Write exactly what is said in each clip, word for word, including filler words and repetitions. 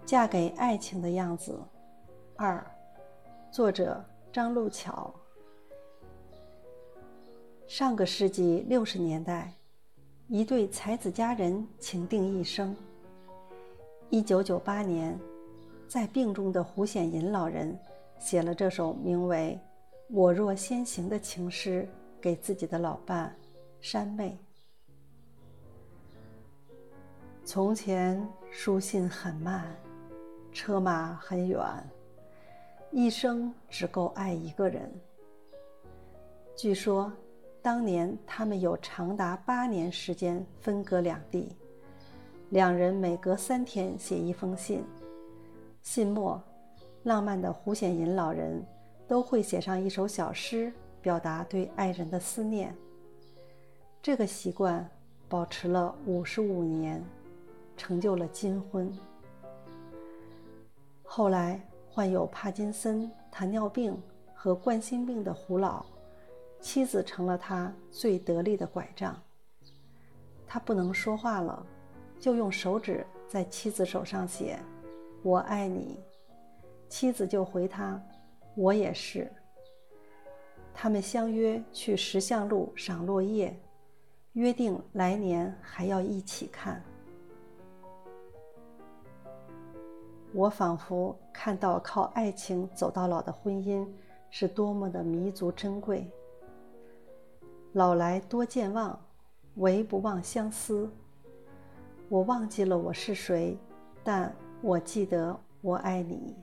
嫁给爱情的样子。二，作者张路桥。上个世纪六十年代，一对才子佳人情定一生。一九九八年，在病中的胡显银老人写了这首名为《我若先行》的情诗给自己的老伴山妹。从前书信很慢，车马很远，一生只够爱一个人。据说当年他们有长达八年时间分隔两地，两人每隔三天写一封信，信末浪漫的胡显银老人都会写上一首小诗，表达对爱人的思念。这个习惯保持了五十五年，成就了金婚。后来患有帕金森、糖尿病和冠心病的胡老，妻子成了他最得力的拐杖。他不能说话了，就用手指在妻子手上写“我爱你”，妻子就回他“我也是”。他们相约去石像路赏落叶，约定来年还要一起看。我仿佛看到靠爱情走到老的婚姻是多么的弥足珍贵。老来多健忘，唯不忘相思。我忘记了我是谁，但我记得我爱你。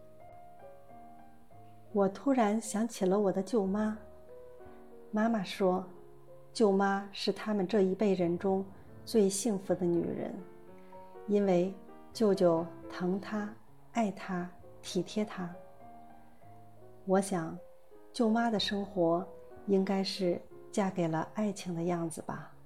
我突然想起了我的舅妈。妈妈说，舅妈是他们这一辈人中最幸福的女人，因为舅舅疼她、爱她、体贴她。我想，舅妈的生活应该是嫁给了爱情的样子吧。